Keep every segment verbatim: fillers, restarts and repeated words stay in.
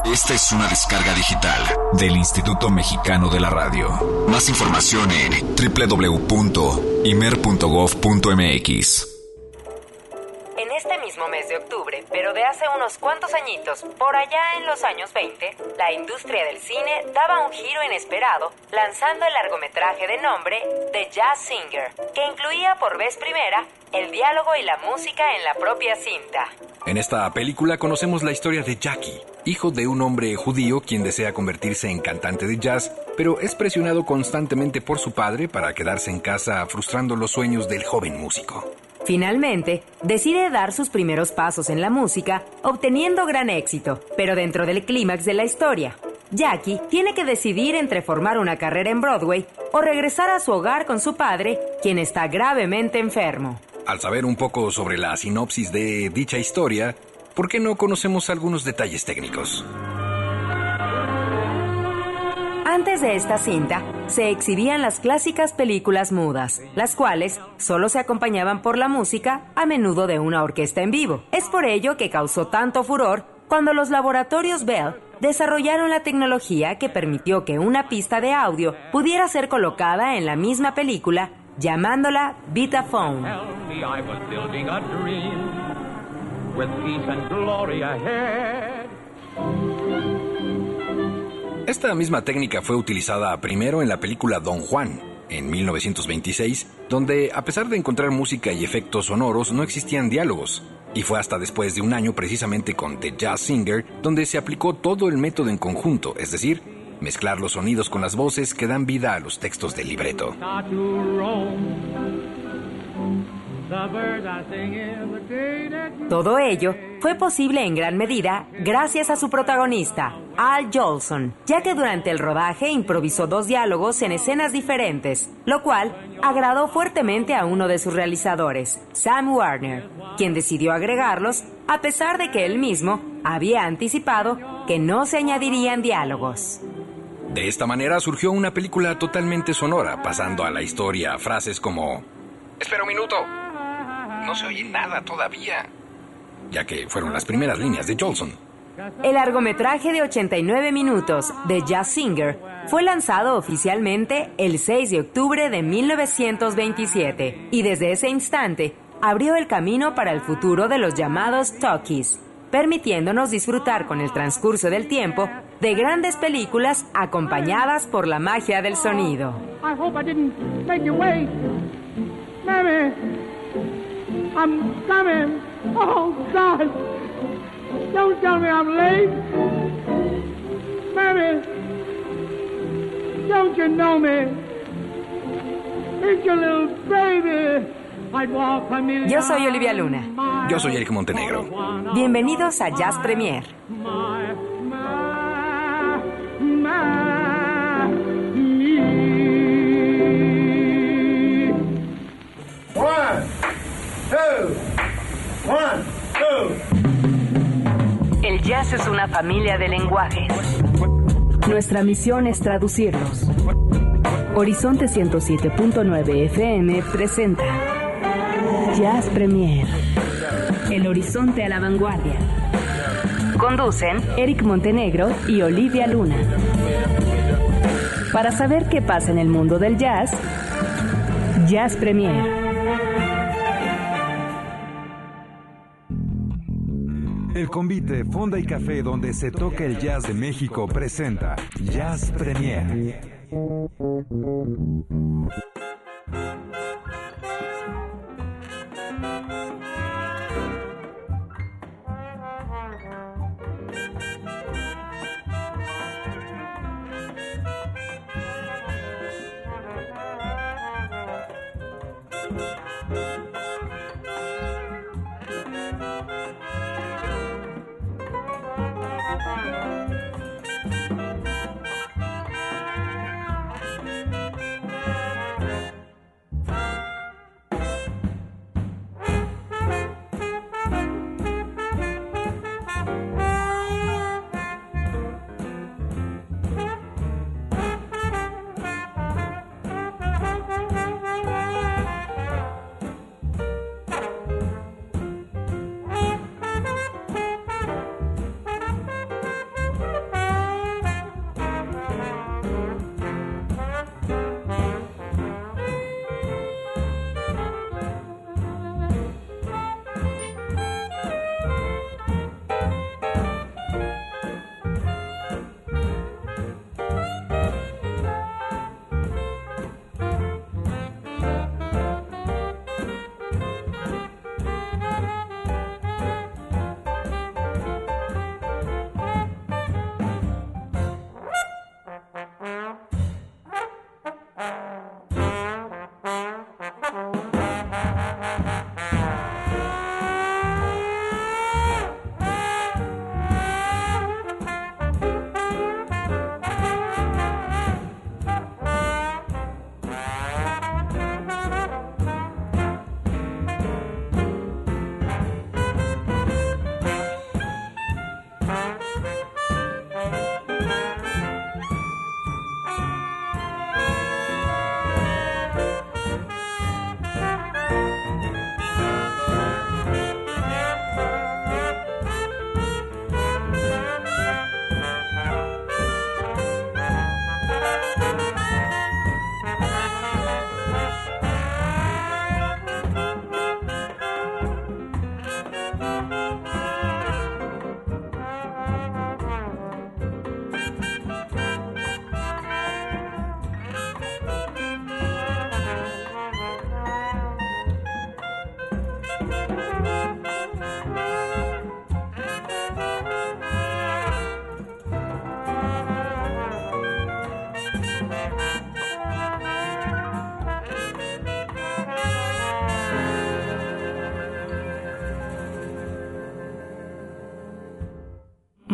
Esta es una descarga digital del Instituto Mexicano de la Radio. Más información en doble u doble u doble u punto imer punto gob punto eme equis. En este mismo mes de octubre, pero de hace unos cuantos añitos, por allá en los años veinte, la industria del cine daba un giro inesperado, lanzando el largometraje de nombre The Jazz Singer, que incluía por vez primera el diálogo y la música en la propia cinta. En esta película conocemos la historia de Jackie, hijo de un hombre judío quien desea convertirse en cantante de jazz, pero es presionado constantemente por su padre para quedarse en casa, frustrando los sueños del joven músico. Finalmente, decide dar sus primeros pasos en la música, obteniendo gran éxito, pero dentro del clímax de la historia. Jackie tiene que decidir entre formar una carrera en Broadway o regresar a su hogar con su padre, quien está gravemente enfermo. Al saber un poco sobre la sinopsis de dicha historia, ¿por qué no conocemos algunos detalles técnicos? Antes de esta cinta, se exhibían las clásicas películas mudas, las cuales solo se acompañaban por la música, a menudo de una orquesta en vivo. Es por ello que causó tanto furor cuando los laboratorios Bell desarrollaron la tecnología que permitió que una pista de audio pudiera ser colocada en la misma película, llamándola Vitaphone. Esta misma técnica fue utilizada primero en la película Don Juan, en mil novecientos veintiséis, donde, a pesar de encontrar música y efectos sonoros, no existían diálogos. Y fue hasta después de un año, precisamente con The Jazz Singer, donde se aplicó todo el método en conjunto, es decir, mezclar los sonidos con las voces que dan vida a los textos del libreto. Todo ello fue posible en gran medida gracias a su protagonista, Al Jolson, ya que durante el rodaje improvisó dos diálogos en escenas diferentes, lo cual agradó fuertemente a uno de sus realizadores, Sam Warner, quien decidió agregarlos a pesar de que él mismo había anticipado que no se añadirían diálogos. De esta manera surgió una película totalmente sonora, pasando a la historia frases como «Espera un minuto, no se oye nada todavía», ya que fueron las primeras líneas de Jolson. El largometraje de ochenta y nueve minutos de Jazz Singer fue lanzado oficialmente el seis de octubre de mil novecientos veintisiete y desde ese instante abrió el camino para el futuro de los llamados talkies, permitiéndonos disfrutar con el transcurso del tiempo de grandes películas acompañadas por la magia del sonido. I hope I didn't make you wait. Mammy, I'm coming. Oh, God. Don't tell me I'm late. Mammy, don't you know me? It's your little baby. I'd walk a million. Yo soy Olivia Luna. Yo soy Eric Montenegro. Bienvenidos a Jazz Premier. My, my, my, me. One, two, one, two. El jazz es una familia de lenguajes. Nuestra misión es traducirlos. Horizonte ciento siete punto nueve F M presenta Jazz Premier. El horizonte a la vanguardia. Conducen Eric Montenegro y Olivia Luna. Para saber qué pasa en el mundo del jazz, Jazz Premier. El convite Fonda y Café, donde se toca el jazz de México, presenta Jazz Premier.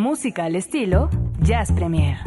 música al estilo Jazz Premier.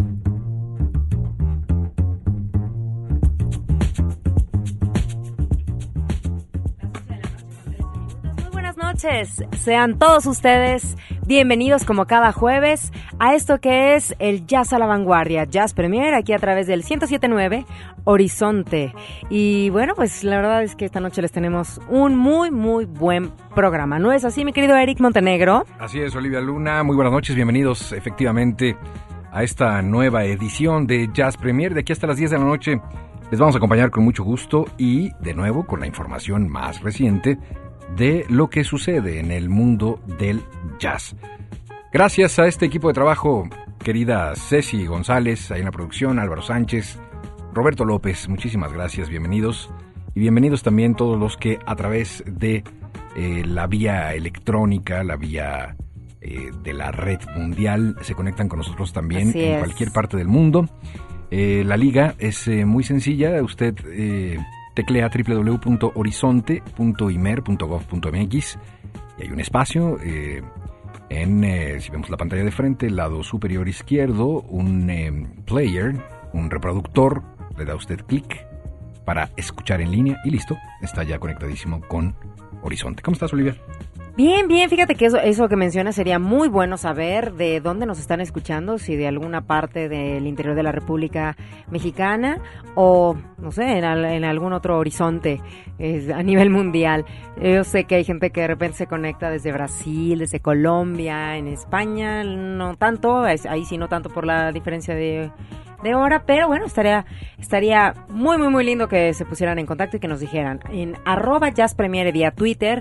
Noches. Sean todos ustedes bienvenidos como cada jueves a esto que es el Jazz a la Vanguardia, Jazz Premier, aquí a través del ciento siete punto nueve Horizonte. Y bueno, pues la verdad es que esta noche les tenemos un muy, muy buen programa. ¿No es así, mi querido Eric Montenegro? Así es, Olivia Luna. Muy buenas noches, bienvenidos efectivamente a esta nueva edición de Jazz Premier. De aquí hasta las diez de la noche les vamos a acompañar con mucho gusto y de nuevo con la información más reciente de lo que sucede en el mundo del jazz. Gracias a este equipo de trabajo, querida Ceci González, ahí en la producción, Álvaro Sánchez, Roberto López, muchísimas gracias, bienvenidos. Y bienvenidos también todos los que a través de eh, la vía electrónica, la vía eh, de la red mundial, se conectan con nosotros también Así en es. cualquier parte del mundo. Eh, la liga es eh, muy sencilla, usted... Eh, teclea doble u doble u doble u punto horizonte punto i m e r punto gov punto m x y hay un espacio eh, en, eh, si vemos la pantalla de frente, el lado superior izquierdo, un eh, player, un reproductor, le da usted clic para escuchar en línea y listo, está ya conectadísimo con Horizonte. ¿Cómo estás, Olivia? Bien, bien, fíjate que eso, eso que mencionas sería muy bueno saber de dónde nos están escuchando, si de alguna parte del interior de la República Mexicana o, no sé, en, al, en algún otro horizonte eh, a nivel mundial. Yo sé que hay gente que de repente se conecta desde Brasil, desde Colombia, en España, no tanto, ahí sí no tanto por la diferencia de... de hora, pero bueno, estaría estaría muy, muy, muy lindo que se pusieran en contacto y que nos dijeran en arroba Jazz Premier vía Twitter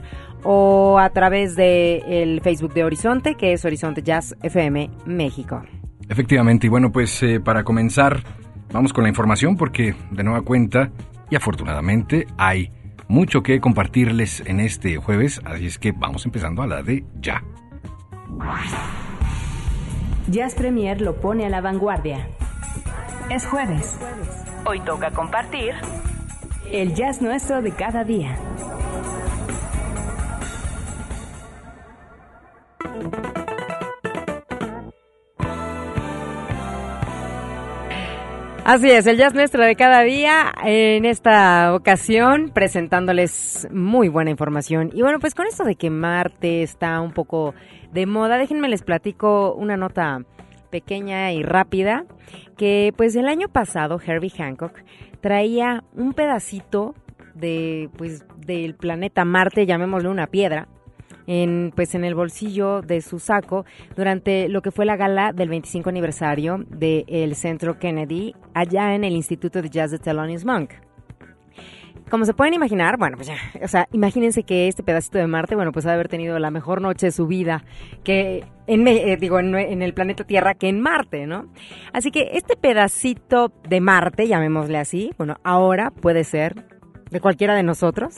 o a través de el Facebook de Horizonte, que es Horizonte Jazz F M México. Efectivamente, y bueno, pues eh, para comenzar, vamos con la información porque de nueva cuenta y afortunadamente hay mucho que compartirles en este jueves, así es que vamos empezando a la de ya. Jazz Premier lo pone a la vanguardia. Es jueves. Hoy toca compartir el jazz nuestro de cada día. Así es, el jazz nuestro de cada día, en esta ocasión presentándoles muy buena información. Y bueno, pues con esto de que Marte está un poco de moda, déjenme les platico una nota pequeña y rápida, que pues el año pasado Herbie Hancock traía un pedacito de pues del planeta Marte, llamémosle una piedra, en pues en el bolsillo de su saco durante lo que fue la gala del veinticinco aniversario del Centro Kennedy allá en el Instituto de Jazz de Thelonious Monk. Como se pueden imaginar, bueno, pues ya, o sea, imagínense que este pedacito de Marte, bueno, pues ha de haber tenido la mejor noche de su vida, que en, eh, digo, en, en el planeta Tierra que en Marte, ¿no? Así que este pedacito de Marte, llamémosle así, bueno, ahora puede ser de cualquiera de nosotros,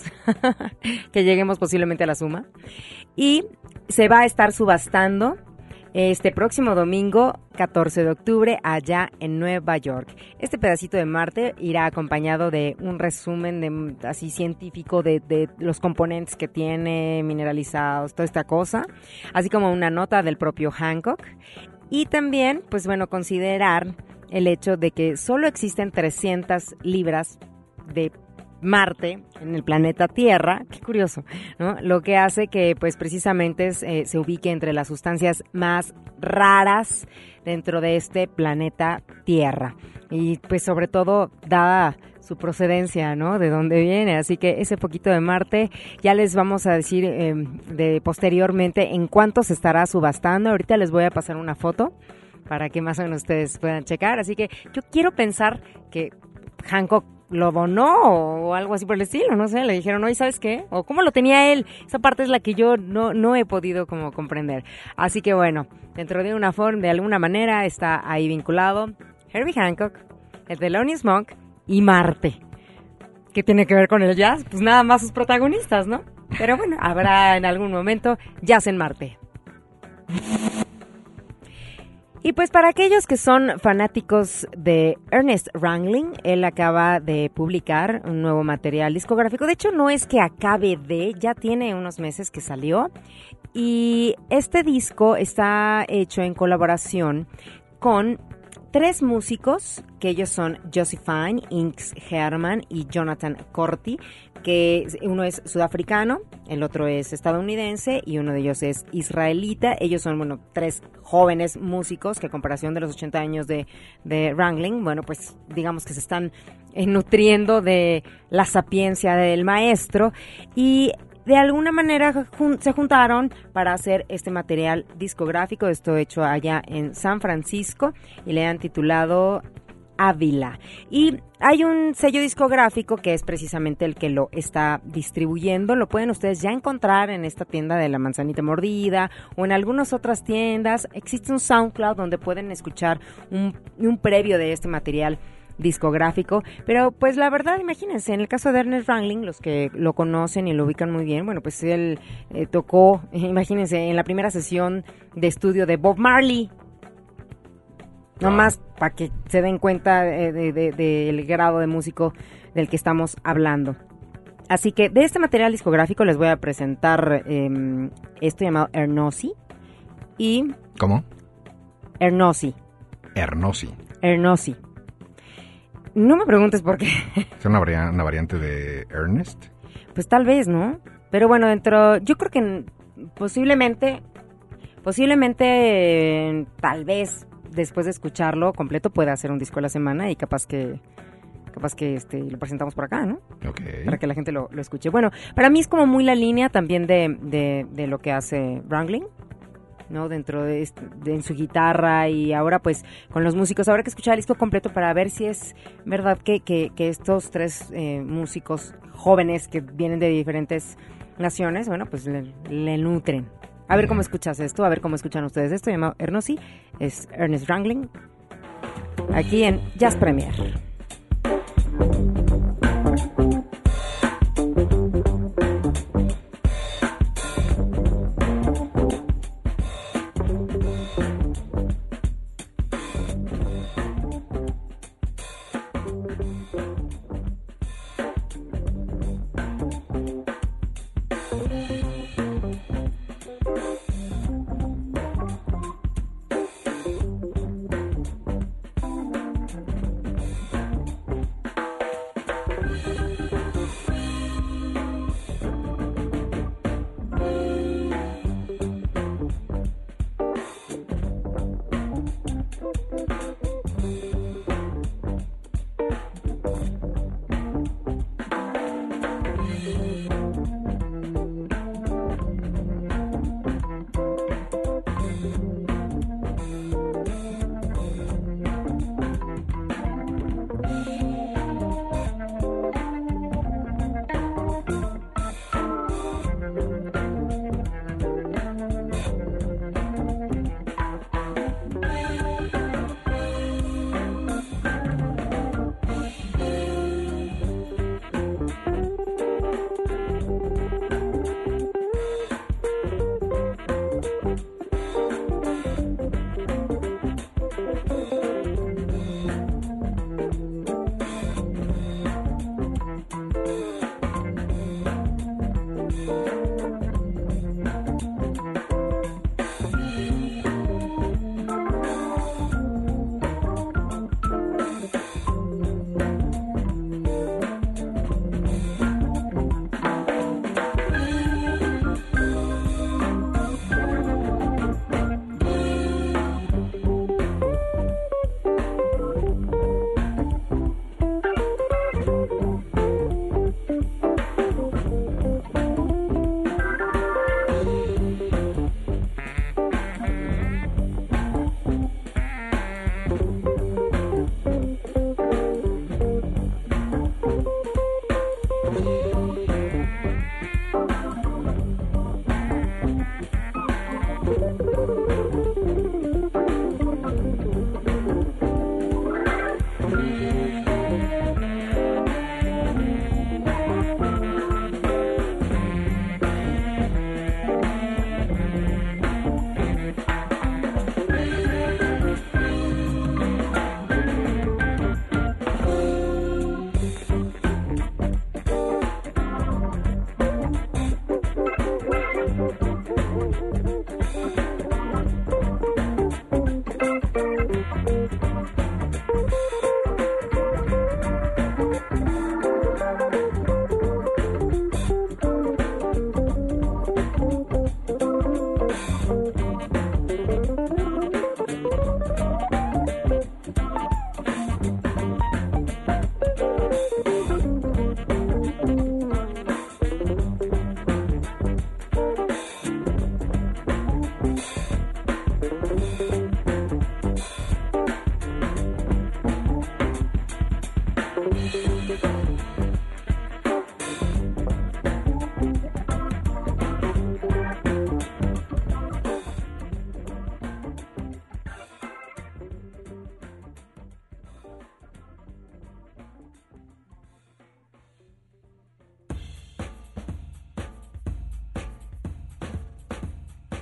que lleguemos posiblemente a la suma, y se va a estar subastando este próximo domingo, catorce de octubre, allá en Nueva York. Este pedacito de Marte irá acompañado de un resumen de, así científico de, de los componentes que tiene, mineralizados, toda esta cosa, así como una nota del propio Hancock. Y también, pues bueno, considerar el hecho de que solo existen trescientas libras de Marte en el planeta Tierra, qué curioso, ¿no? Lo que hace que pues precisamente eh, se ubique entre las sustancias más raras dentro de este planeta Tierra y pues sobre todo dada su procedencia, ¿no? De dónde viene, así que ese poquito de Marte ya les vamos a decir eh, de posteriormente en cuánto se estará subastando. Ahorita les voy a pasar una foto para que más o menos ustedes puedan checar, así que yo quiero pensar que Hancock lo donó o algo así por el estilo, no sé, le dijeron, oye, ¿sabes qué? O cómo lo tenía él, esa parte es la que yo no, no he podido como comprender. Así que bueno, dentro de una forma, de alguna manera, está ahí vinculado Herbie Hancock, el Thelonious Monk y Marte. ¿Qué tiene que ver con el jazz? Pues nada más sus protagonistas, ¿no? Pero bueno, habrá en algún momento jazz en Marte. Y pues para aquellos que son fanáticos de Ernest Ranglin, él acaba de publicar un nuevo material discográfico. De hecho, no es que acabe de, ya tiene unos meses que salió. Y este disco está hecho en colaboración con tres músicos, que ellos son Josephine Inks Herman y Jonathan Corti, que uno es sudafricano, el otro es estadounidense y uno de ellos es israelita. Ellos son, bueno, tres jóvenes músicos que a comparación de los ochenta años de, de Ranglin, bueno, pues digamos que se están eh, nutriendo de la sapiencia del maestro y de alguna manera jun- se juntaron para hacer este material discográfico, esto hecho allá en San Francisco, y le han titulado Ávila. Y hay un sello discográfico que es precisamente el que lo está distribuyendo. Lo pueden ustedes ya encontrar en esta tienda de la Manzanita Mordida o en algunas otras tiendas. Existe un SoundCloud donde pueden escuchar un, un previo de este material discográfico, pero pues la verdad, imagínense, en el caso de Ernest Ranglin, los que lo conocen y lo ubican muy bien, bueno, pues él eh, tocó, imagínense, en la primera sesión de estudio de Bob Marley, nomás para que se den cuenta eh, de, de, de, del grado de músico del que estamos hablando. Así que de este material discográfico les voy a presentar eh, esto llamado Ernossi y... ¿Cómo? Ernossi. Ernossi. Ernossi. No me preguntes por qué. ¿Es una, vari- una variante de Ernest? Pues tal vez, ¿no? Pero bueno, dentro, yo creo que posiblemente, posiblemente, eh, tal vez, después de escucharlo completo, pueda hacer un disco a la semana y capaz que, capaz que este, lo presentamos por acá, ¿no? Ok. Para que la gente lo, lo escuche. Bueno, para mí es como muy la línea también de, de, de lo que hace Ranglin, ¿no? Dentro de, este, de en su guitarra y ahora pues con los músicos. Habrá que escuchar el disco completo para ver si es verdad que, que, que estos tres eh, músicos jóvenes que vienen de diferentes naciones, bueno, pues le, le nutren. A ver cómo escuchas esto, a ver cómo escuchan ustedes esto. Llamado Ernossi, es Ernest Ranglin, aquí en Jazz Premier.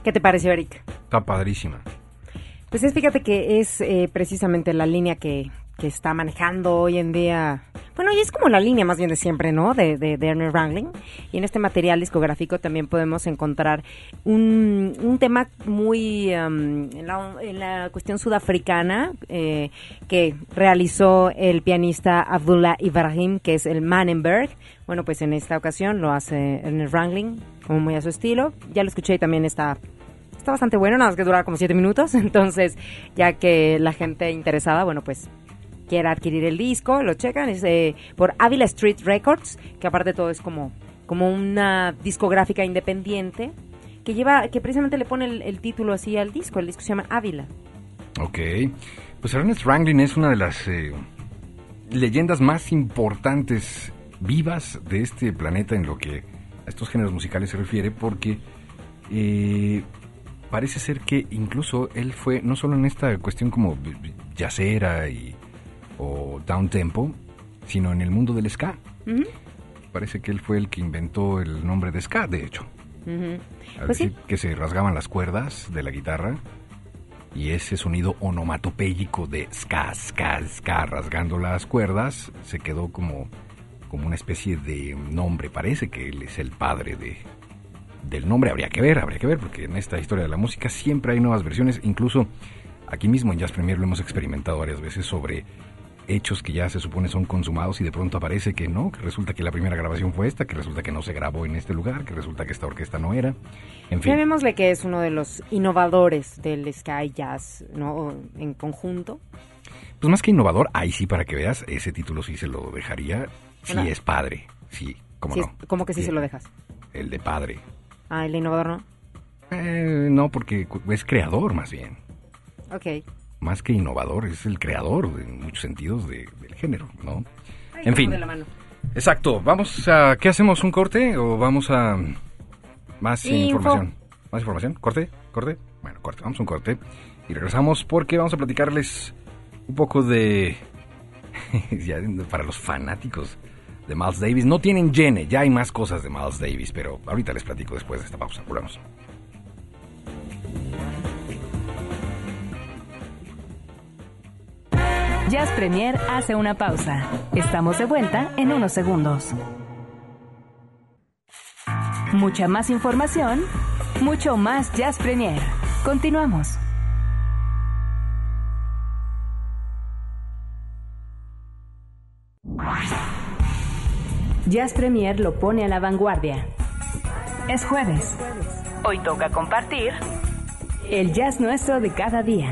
¿Qué te pareció, Eric? Está padrísima. Pues es, fíjate que es eh, precisamente la línea que, que está manejando hoy en día. Bueno, y es como la línea más bien de siempre, ¿no? De, de, de Ernest Ranglin. Y en este material discográfico también podemos encontrar un, un tema muy um, en, la, en la cuestión sudafricana eh, que realizó el pianista Abdullah Ibrahim, que es el Manenberg. Bueno, pues en esta ocasión lo hace Ernest Ranglin, como muy a su estilo. Ya lo escuché y también está... Está bastante bueno, nada más que dura como siete minutos, entonces ya que la gente interesada, bueno, pues quiera adquirir el disco, lo checan, es eh, por Avila Street Records, que aparte de todo es como, como una discográfica independiente, que lleva, que precisamente le pone el, el título así al disco, el disco se llama Ávila. Ok, pues Ernest Ranglin es una de las eh, leyendas más importantes vivas de este planeta en lo que a estos géneros musicales se refiere, porque... Eh, parece ser que incluso él fue, no solo en esta cuestión como jazzera y, o down tempo, sino en el mundo del ska. Uh-huh. Parece que él fue el que inventó el nombre de ska, de hecho. Uh-huh. Pues decir, sí. Que se rasgaban las cuerdas de la guitarra y ese sonido onomatopéyico de ska, ska, ska, rasgando las cuerdas, se quedó como, como una especie de nombre. Parece que él es el padre de... del nombre. Habría que ver, habría que ver, porque en esta historia de la música siempre hay nuevas versiones, incluso aquí mismo en Jazz Premier lo hemos experimentado varias veces sobre hechos que ya se supone son consumados y de pronto aparece que no, que resulta que la primera grabación fue esta, que resulta que no se grabó en este lugar, que resulta que esta orquesta no era, en fin. Llamémosle que es uno de los innovadores del ska y jazz, ¿no? En conjunto. Pues más que innovador, ahí sí, para que veas, ese título sí se lo dejaría, sí bueno, es padre, sí, cómo sí no. Es, ¿Cómo que sí, sí se lo dejas? El de padre. Ah, ¿el innovador no? Eh, no, porque es creador más bien. Ok. Más que innovador, es el creador en muchos sentidos de, del género, ¿no? Ay, en fin. De la mano. Exacto. Vamos a... ¿Qué hacemos? ¿Un corte o vamos a... más Info. información? ¿Más información? ¿Corte? ¿Corte? Bueno, corte. Vamos a un corte. Y regresamos porque vamos a platicarles un poco de... ya, para los fanáticos de Miles Davis. No tienen Gene, ya hay más cosas de Miles Davis, pero ahorita les platico después de esta pausa. Volvemos. Jazz Premier hace una pausa. Estamos de vuelta en unos segundos. Mucha más información, mucho más Jazz Premier. Continuamos. Jazz Premier lo pone a la vanguardia. Es jueves. Hoy toca compartir el jazz nuestro de cada día.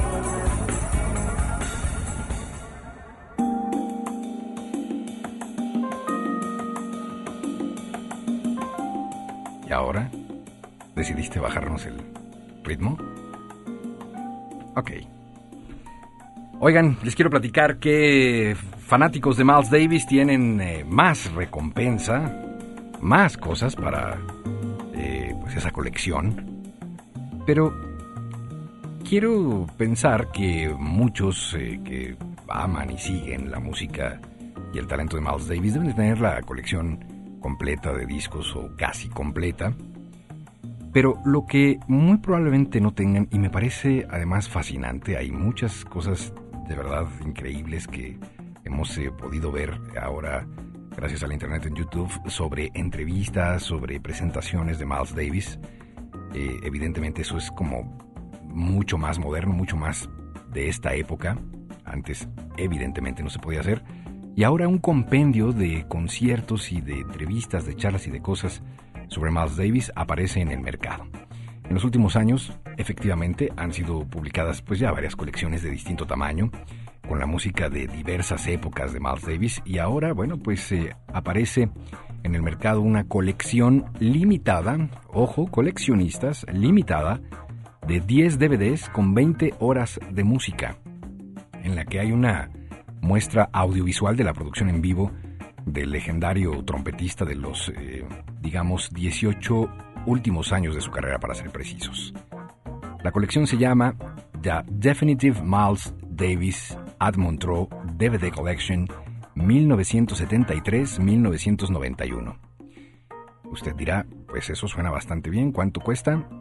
¿Y ahora? ¿Decidiste bajarnos el ritmo? Ok. Oigan, les quiero platicar que fanáticos de Miles Davis tienen eh, más recompensa, más cosas para eh, pues esa colección. Pero quiero pensar que muchos eh, que aman y siguen la música y el talento de Miles Davis deben de tener la colección completa de discos o casi completa. Pero lo que muy probablemente no tengan, y me parece además fascinante, hay muchas cosas de verdad increíbles que hemos eh, podido ver ahora gracias al internet en YouTube sobre entrevistas, sobre presentaciones de Miles Davis. Eh, evidentemente eso es como mucho más moderno, mucho más de esta época. Antes evidentemente no se podía hacer. Y ahora un compendio de conciertos y de entrevistas, de charlas y de cosas sobre Miles Davis aparece en el mercado. En los últimos años, efectivamente, han sido publicadas pues ya varias colecciones de distinto tamaño, con la música de diversas épocas de Miles Davis, y ahora, bueno, pues eh, aparece en el mercado una colección limitada, ojo, coleccionistas, limitada, de diez D V Ds con veinte horas de música, en la que hay una muestra audiovisual de la producción en vivo del legendario trompetista de los, eh, digamos, dieciocho últimos años de su carrera, para ser precisos. La colección se llama The Definitive Miles Davis at Montreux D V D Collection mil novecientos setenta y tres a mil novecientos noventa y uno. Usted dirá, pues eso suena bastante bien. ¿Cuánto cuesta?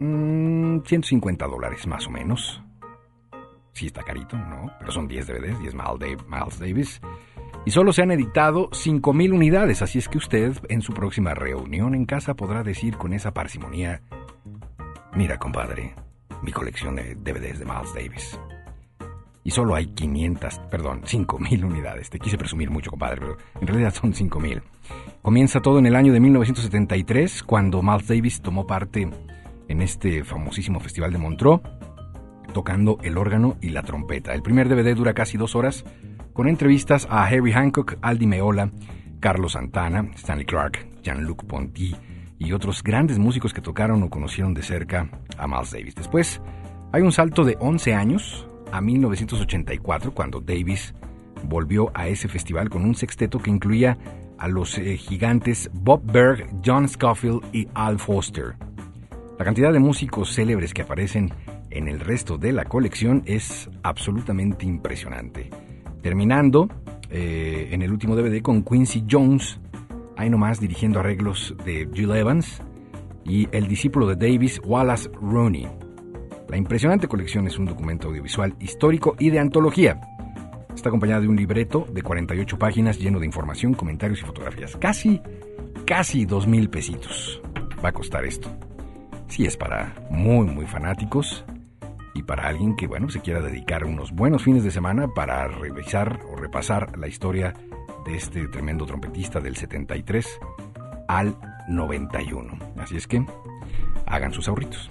mmm, ciento cincuenta dólares más o menos. Sí está carito, ¿no? Pero son diez D V Ds, diez Miles Davis. Y solo se han editado cinco mil unidades, así es que usted en su próxima reunión en casa podrá decir con esa parsimonía: mira, compadre, mi colección de D V Ds de Miles Davis. Y solo hay quinientas, perdón, cinco mil unidades. Te quise presumir mucho, compadre, pero en realidad son cinco mil. Comienza todo en el año de mil novecientos setenta y tres, cuando Miles Davis tomó parte en este famosísimo festival de Montreux, tocando el órgano y la trompeta. El primer D V D dura casi dos horas, con entrevistas a Herbie Hancock, Al Di Meola, Carlos Santana, Stanley Clarke, Jean-Luc Ponty y otros grandes músicos que tocaron o conocieron de cerca a Miles Davis. Después hay un salto de once años a mil novecientos ochenta y cuatro, cuando Davis volvió a ese festival con un sexteto que incluía a los eh, gigantes Bob Berg, John Scofield y Al Foster. La cantidad de músicos célebres que aparecen en el resto de la colección es absolutamente impresionante. Terminando eh, en el último D V D con Quincy Jones, ahí nomás dirigiendo arreglos de Gil Evans, y el discípulo de Davis, Wallace Rooney. La impresionante colección es un documento audiovisual histórico y de antología. Está acompañada de un libreto de cuarenta y ocho páginas lleno de información, comentarios y fotografías. Casi, casi dos mil pesitos va a costar esto. Sí, es para muy, muy fanáticos y para alguien que, bueno, se quiera dedicar unos buenos fines de semana para revisar o repasar la historia de este tremendo trompetista del setenta y tres al noventa y uno. Así es que hagan sus ahorritos.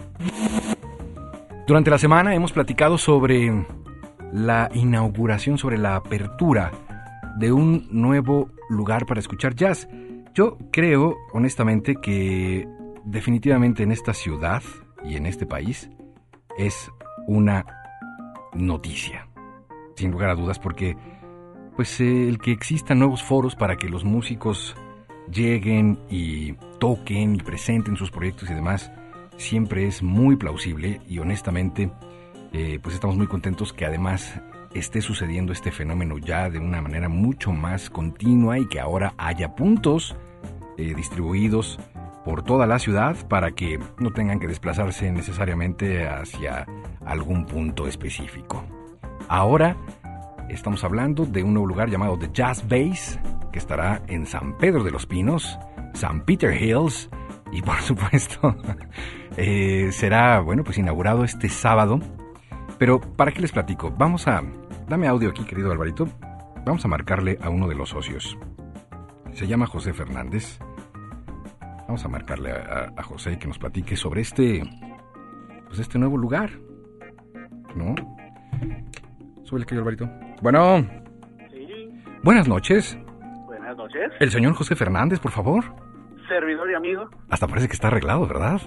Durante la semana hemos platicado sobre la inauguración, sobre la apertura de un nuevo lugar para escuchar jazz. Yo creo, honestamente, que definitivamente en esta ciudad y en este país es una noticia, sin lugar a dudas, porque pues eh, el que existan nuevos foros para que los músicos lleguen y toquen y presenten sus proyectos y demás siempre es muy plausible, y honestamente eh, pues estamos muy contentos que además esté sucediendo este fenómeno ya de una manera mucho más continua y que ahora haya puntos eh, distribuidos por toda la ciudad para que no tengan que desplazarse necesariamente hacia algún punto específico. Ahora estamos hablando de un nuevo lugar llamado The Jazz Base, que estará en San Pedro de los Pinos, San Peter Hills, y por supuesto eh, será, bueno, pues inaugurado este sábado. Pero ¿para qué les platico? Vamos a... Dame audio aquí, querido Alvarito. Vamos a marcarle a uno de los socios. Se llama José Fernández. Vamos a marcarle a, a José que nos platique sobre este, pues este nuevo lugar, ¿no? Súbele, querido Alvarito. Bueno. Sí. Buenas noches. Buenas noches. El señor José Fernández, por favor. Servidor y amigo. Hasta parece que está arreglado, ¿verdad?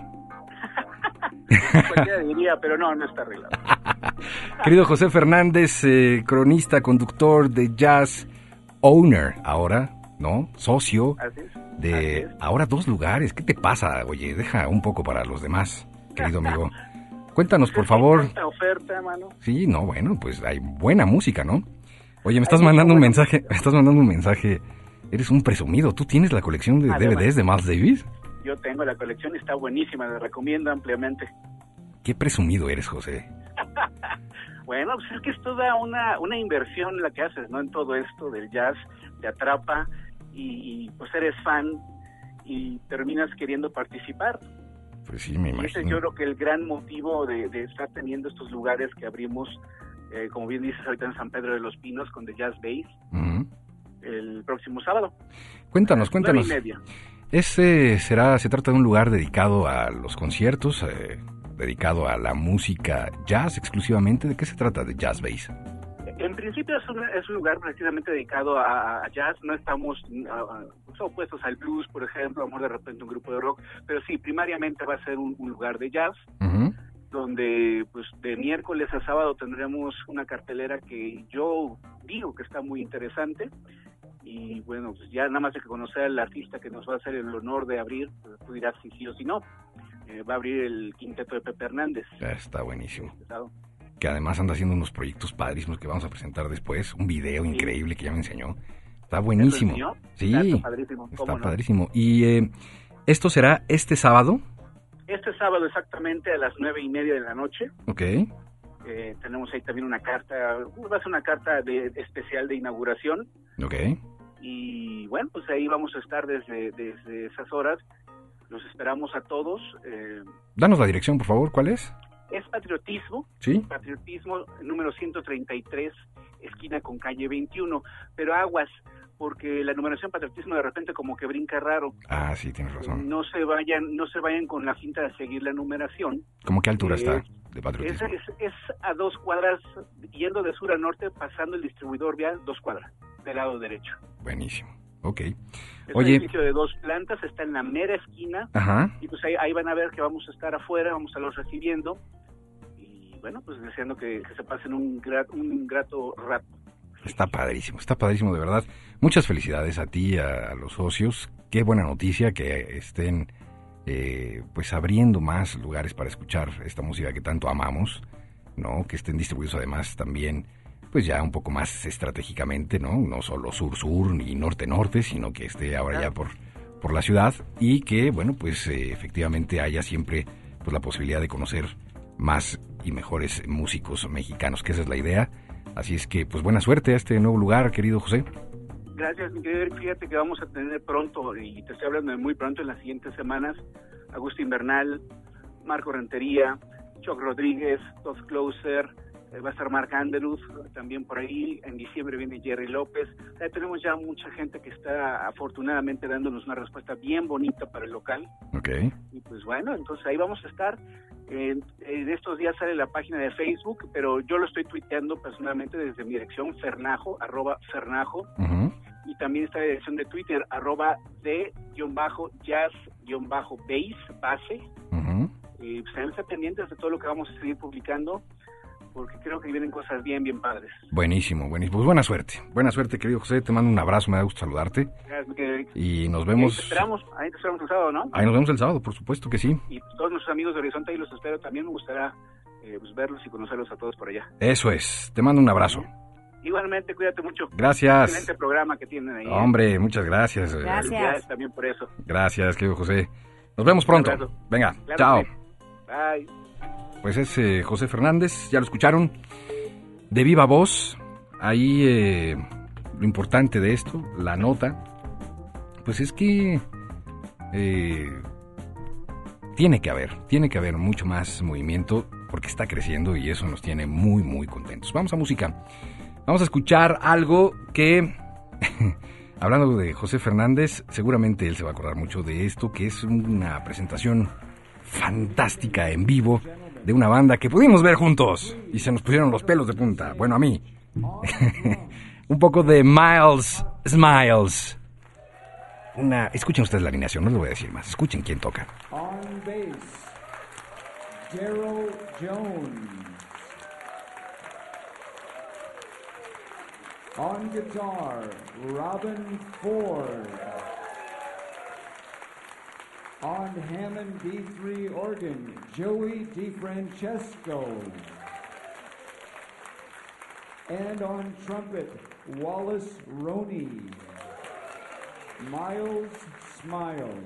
Cualquiera diría, pero no, no está arreglado. Querido José Fernández, eh, cronista, conductor de jazz, owner ahora, ¿no? Socio. Así es. De Así es. ahora dos lugares. ¿Qué te pasa? Oye, deja un poco para los demás, querido amigo. Cuéntanos, por favor. Esta oferta, mano. Sí, no, bueno, pues hay buena música, ¿no? Oye, me estás mandando un mensaje, me estás mandando un mensaje. Eres un presumido. ¿Tú tienes la colección de Además, D V Ds de Miles Davis? Yo tengo la colección, está buenísima, la recomiendo ampliamente. Qué presumido eres, José. Bueno, pues es que es toda una, una inversión la que haces, ¿no? En todo esto del jazz, te atrapa y, y pues eres fan y terminas queriendo participar. Pues sí, me Y ese imagino. es yo creo que el gran motivo de, de estar teniendo estos lugares que abrimos, eh, como bien dices ahorita en San Pedro de los Pinos con The Jazz Base, Uh-huh. el próximo sábado. Cuéntanos, cuéntanos. Nueve y media. Este será, se trata de un lugar dedicado a los conciertos, eh, dedicado a la música jazz exclusivamente. ¿De qué se trata de Jazz Base? En principio es un, es un lugar precisamente dedicado a, a jazz, no estamos a, a, pues, opuestos al blues, por ejemplo, vamos de repente un grupo de rock, pero sí, primariamente va a ser un, un lugar de jazz, Uh-huh. donde pues de miércoles a sábado tendremos una cartelera que yo digo que está muy interesante, y bueno, pues ya nada más hay que conocer al artista que nos va a hacer el honor de abrir, pues, tú dirás si sí o si no. Eh, va a abrir el quinteto de Pepe Hernández. Está buenísimo. Empezado. Que además anda haciendo unos proyectos padrísimos que vamos a presentar después. Un video Sí. increíble que ya me enseñó. Está buenísimo. ¿Eso enseñó? Sí, Está padrísimo, está ¿cómo no? padrísimo. Y eh, esto será este sábado. Este sábado exactamente a las nueve y media de la noche. Ok. Eh, tenemos ahí también una carta, va a ser una carta de, especial de inauguración. Ok. Y bueno, pues ahí vamos a estar desde, desde esas horas. Los esperamos a todos. Eh, Danos la dirección, por favor, ¿cuál es? Es Patriotismo. Sí. Patriotismo número ciento treinta y tres, esquina con calle veintiuno. Pero aguas, porque la numeración Patriotismo de repente como que brinca raro. Ah, sí, tienes razón. No se vayan, no se vayan con la cinta de seguir la numeración. ¿Cómo qué altura eh, está de Patriotismo? Es, es, es a dos cuadras, yendo de sur a norte, pasando el distribuidor vial, dos cuadras, del lado derecho. Buenísimo, ok. Es Oye, un edificio de dos plantas, está en la mera esquina. Ajá. Y pues ahí, ahí van a ver que vamos a estar afuera, vamos a los recibiendo. Y bueno, pues deseando que, que se pasen un, gra, un grato rato. Está padrísimo, está padrísimo de verdad. Muchas felicidades a ti, a, a los socios. Qué buena noticia que estén eh, pues abriendo más lugares para escuchar esta música que tanto amamos, ¿no? Que estén distribuidos además también pues ya un poco más estratégicamente, ¿no? No solo sur-sur ni norte-norte, sino que esté ahora ya por, por la ciudad y que, bueno, pues eh, efectivamente haya siempre pues la posibilidad de conocer más y mejores músicos mexicanos, que esa es la idea. Así es que, pues buena suerte a este nuevo lugar, querido José. Gracias, mi querido Eric. Fíjate que vamos a tener pronto, y te estoy hablando de muy pronto, en las siguientes semanas, Agustín Bernal, Marco Rentería, Chuck Rodríguez, Todd Closer, eh, va a estar Marc Andrews también por ahí. En diciembre viene Jerry López. O sea, tenemos ya mucha gente que está afortunadamente dándonos una respuesta bien bonita para el local. Ok. Y pues bueno, entonces ahí vamos a estar. En, en estos días sale la página de Facebook, pero yo lo estoy tuiteando personalmente desde mi dirección, Fernajo, arroba Fernajo. Uh-huh. Y también está la dirección de Twitter, arroba de-jazz-bass, base. Uh-huh. Y pues también están pendientes de todo lo que vamos a seguir publicando, porque creo que vienen cosas bien, bien padres. Buenísimo, buenísimo. Pues buena suerte. Buena suerte, querido José. Te mando un abrazo, me da gusto saludarte. Gracias, mi querido Eric. Y nos vemos. Ahí te esperamos, ahí te esperamos el sábado, ¿no? Ahí nos vemos el sábado, por supuesto que sí. Y todos nuestros amigos de Horizonte ahí los espero. También me gustaría eh, pues, verlos y conocerlos a todos por allá. Eso es. Te mando un abrazo. Igualmente, cuídate mucho. Gracias. Excelente programa que tienen ahí. Hombre, muchas gracias. Gracias. Gracias también por eso. Gracias, querido José. Nos vemos pronto. Venga, claro, chao. Sí. Bye. Pues es eh, José Fernández, ya lo escucharon, de viva voz. Ahí eh, lo importante de esto, la nota, pues es que eh, tiene que haber, tiene que haber mucho más movimiento porque está creciendo y eso nos tiene muy, muy contentos. Vamos a música. Vamos a escuchar algo que, hablando de José Fernández, seguramente él se va a acordar mucho de esto, que es una presentación fantástica en vivo de una banda que pudimos ver juntos y se nos pusieron los pelos de punta. Bueno, a mí. Un poco de Miles Smiles. Una, escuchen ustedes la alineación, no les voy a decir más. Escuchen quién toca. On bass, Daryl Jones. On guitar, Robin Ford. On Hammond B three organ, Joey DeFrancesco. And on trumpet, Wallace Roney. Miles Smiles.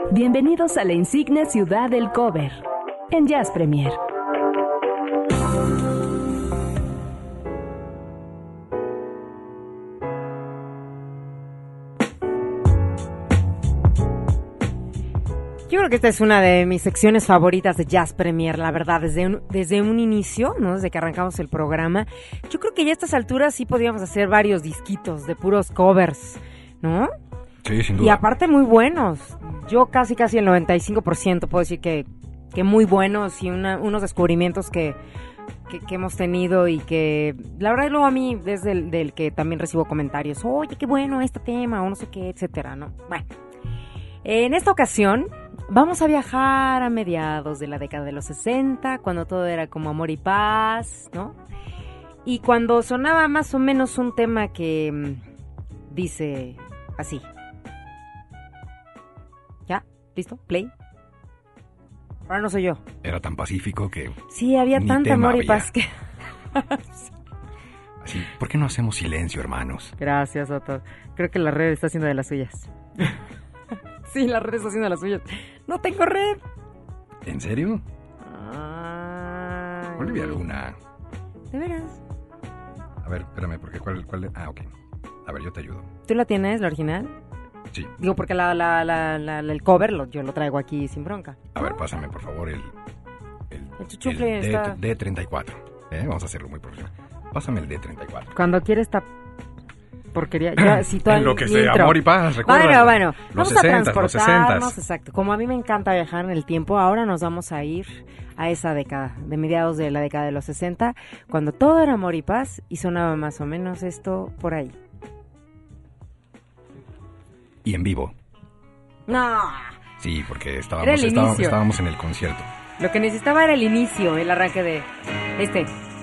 Bienvenidos a la insigne ciudad del cover en Jazz Premier. Yo creo que esta es una de mis secciones favoritas de Jazz Premier, la verdad, desde un, desde un inicio, ¿no? Desde que arrancamos el programa. Yo creo que ya a estas alturas sí podríamos hacer varios disquitos de puros covers, ¿no? Sí, sin duda. Y aparte muy buenos. Yo casi casi el noventa y cinco por ciento puedo decir que, que muy buenos y una, unos descubrimientos que, que, que hemos tenido y que la verdad luego a mí desde el del que también recibo comentarios, oye, qué bueno este tema o no sé qué, etcétera, ¿no? Bueno, en esta ocasión vamos a viajar a mediados de la década de los sesenta, cuando todo era como amor y paz, ¿no? Y cuando sonaba más o menos un tema que mmm, dice así. ¿Ya? ¿Listo? ¿Play? Ahora no soy yo. Era tan pacífico que... Sí, había tanta amor y había. paz que... Así, ¿por qué no hacemos silencio, hermanos? Gracias, Otto. Creo que la red está haciendo de las suyas. Sí, la red está haciendo de las suyas. ¡No tengo red! ¿En serio? Ay. Olivia Luna. ¿De veras? A ver, espérame, porque ¿cuál, cuál? Ah, ok. A ver, yo te ayudo. ¿Tú la tienes, la original? Sí. Digo, porque la, la, la, la, la- el cover lo, yo lo traigo aquí sin bronca. A ver, pásame, por favor, el... El, El chuchufle el está- D, D34. ¿eh? Vamos a hacerlo muy profesional. Pásame el D treinta y cuatro. Cuando quiere esta porquería, ya cito En lo que sea intro. amor y paz, recuerda. Bueno, bueno, Los vamos sesentas, a los transportarnos, sesentas. exacto. Como a mí me encanta viajar en el tiempo, ahora nos vamos a ir a esa década, de mediados de la década de los sesenta, cuando todo era amor y paz y sonaba más o menos esto por ahí. Y en vivo. No, Sí, porque Era estábamos, el estábamos, inicio. estábamos en el concierto. lo que necesitaba era el inicio, el arranque de este.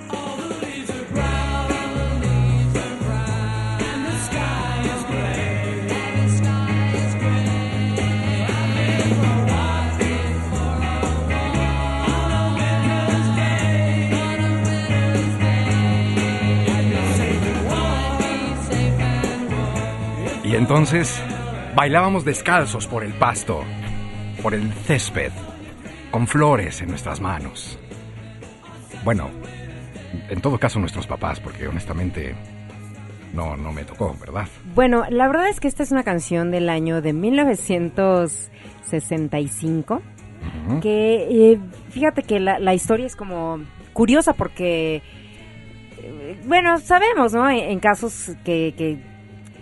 Y entonces bailábamos descalzos por el pasto, por el césped, con flores en nuestras manos. Bueno, en todo caso nuestros papás, porque honestamente no, no me tocó, ¿verdad? Bueno, la verdad es que esta es una canción del año de mil novecientos sesenta y cinco, Ujú. que eh, fíjate que la, la historia es como curiosa porque, eh, bueno, sabemos, ¿no? En, en casos que, que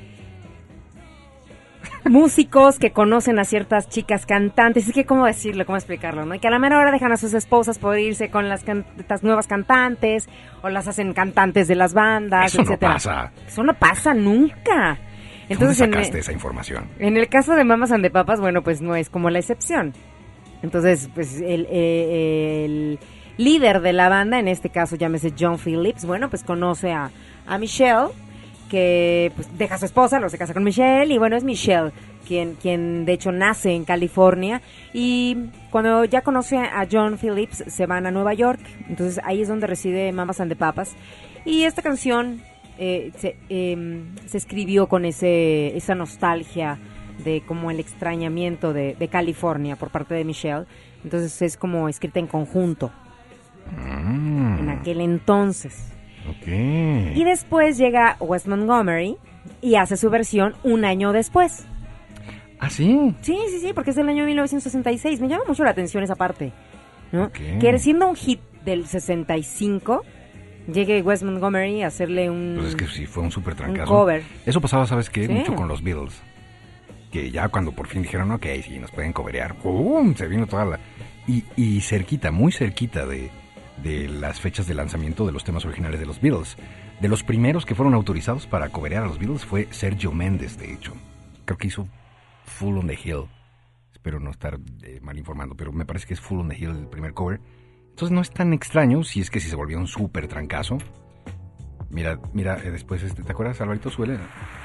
músicos que conocen a ciertas chicas cantantes, es que cómo decirlo, cómo explicarlo, ¿no? Y que a la mera hora dejan a sus esposas por irse con las, can- estas nuevas cantantes o las hacen cantantes de las bandas, Eso no etcétera. pasa. Eso no pasa nunca. Entonces, ¿Dónde en, sacaste esa información? en el caso de Mamas and the Papas, bueno, pues no es como la excepción. Entonces, pues el, eh, el líder de la banda, en este caso llámese John Phillips, bueno, pues conoce a, a Michelle, que pues deja a su esposa, luego se casa con Michelle, y bueno, es Michelle quien, quien de hecho nace en California, y cuando ya conoce a John Phillips, se van a Nueva York, entonces ahí es donde reside Mamas and the Papas, y esta canción eh, se, eh, se escribió con ese esa nostalgia de como el extrañamiento de, de California por parte de Michelle, entonces es como escrita en conjunto Mm, en aquel entonces. ok. Y después llega Wes Montgomery y hace su versión un año después. ¿Ah, sí? Sí, sí, sí, porque es del año mil novecientos sesenta y seis. Me llama mucho la atención esa parte, ¿no? Ok. Que siendo un hit del sesenta y cinco, llegue Wes Montgomery a hacerle un, Pues es que sí, fue un súper un trancazo. cover. Eso pasaba, ¿sabes qué? Sí. Mucho con los Beatles. Que ya cuando por fin dijeron, ok, sí, nos pueden coverear. ¡Pum! Se vino toda la... Y, y cerquita, muy cerquita de, de las fechas de lanzamiento de los temas originales de los Beatles. De los primeros que fueron autorizados para coverear a los Beatles fue Sergio Méndez, de hecho. Creo que hizo Full on the Hill. Espero no estar eh, mal informando, pero me parece que es Full on the Hill el primer cover. Entonces no es tan extraño si es que si se volvió un súper trancazo. Mira, mira, eh, después, este, ¿te acuerdas, Alvarito? Suele...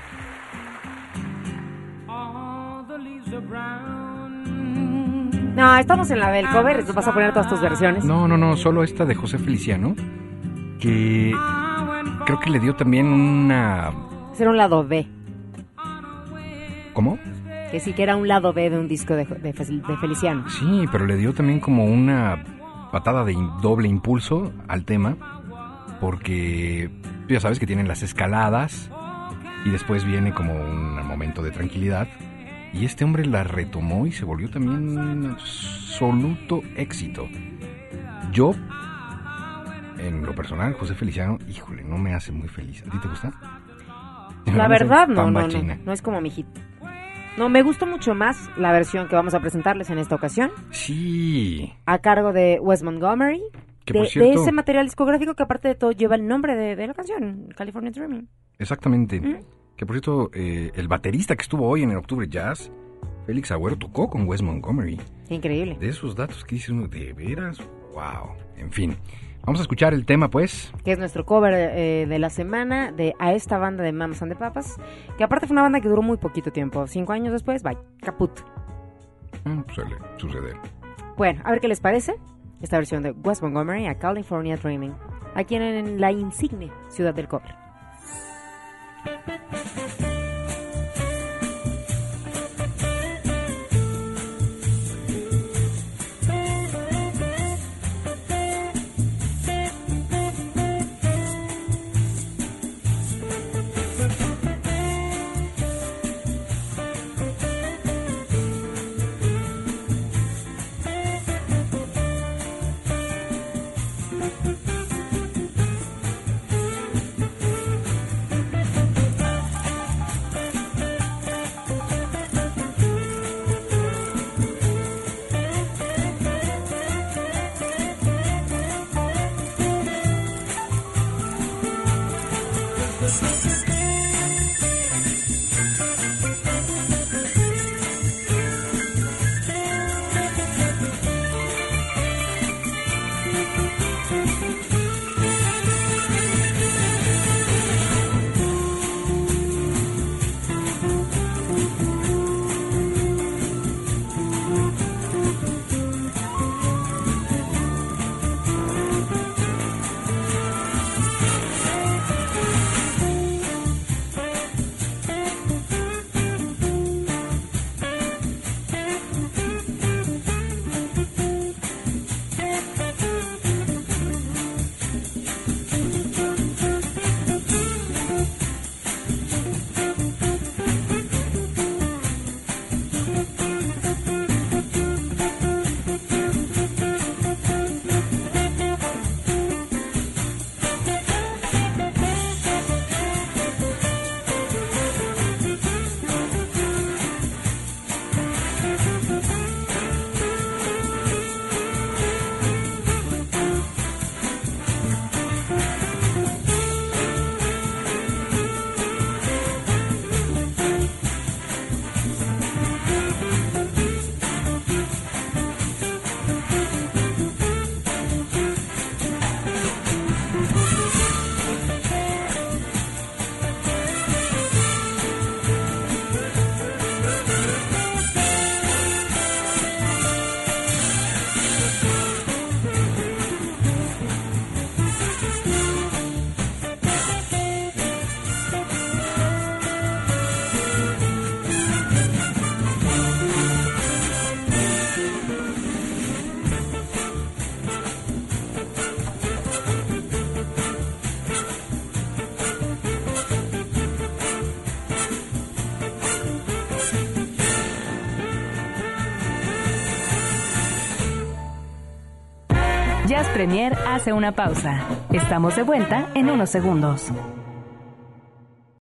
No, estamos en la del cover, vas a poner todas tus versiones. No, no, no, solo esta de José Feliciano, que creo que le dio también una... Será un lado B. ¿Cómo? Que sí que era un lado B de un disco de, de, de Feliciano. Sí, pero le dio también como una patada de doble impulso al tema, porque ya sabes que tienen las escaladas y después viene como un momento de tranquilidad, y este hombre la retomó y se volvió también un absoluto éxito. Yo, en lo personal, José Feliciano, híjole, no me hace muy feliz. ¿A ti te gusta? La verdad, no, no, no, no es como mi hit. No, me gustó mucho más la versión que vamos a presentarles en esta ocasión. Sí. A cargo de Wes Montgomery. Que de, por cierto, de ese material discográfico que aparte de todo lleva el nombre de, de la canción, California Dreaming. Exactamente. ¿Mm? Que por cierto, eh, el baterista que estuvo hoy en el Octubre Jazz, Félix Agüero, tocó con Wes Montgomery. Increíble. De esos datos que dice uno, de veras, wow. En fin, vamos a escuchar el tema, pues. Que es nuestro cover eh, de la semana de a esta banda de Mamas and the Papas, que aparte fue una banda que duró muy poquito tiempo. Cinco años después, bye, caput. Mm, suele suceder. Bueno, a ver qué les parece esta versión de Wes Montgomery a California Dreaming, aquí en, en la insigne ciudad del cover. Jazz Premier hace una pausa. Estamos de vuelta en unos segundos.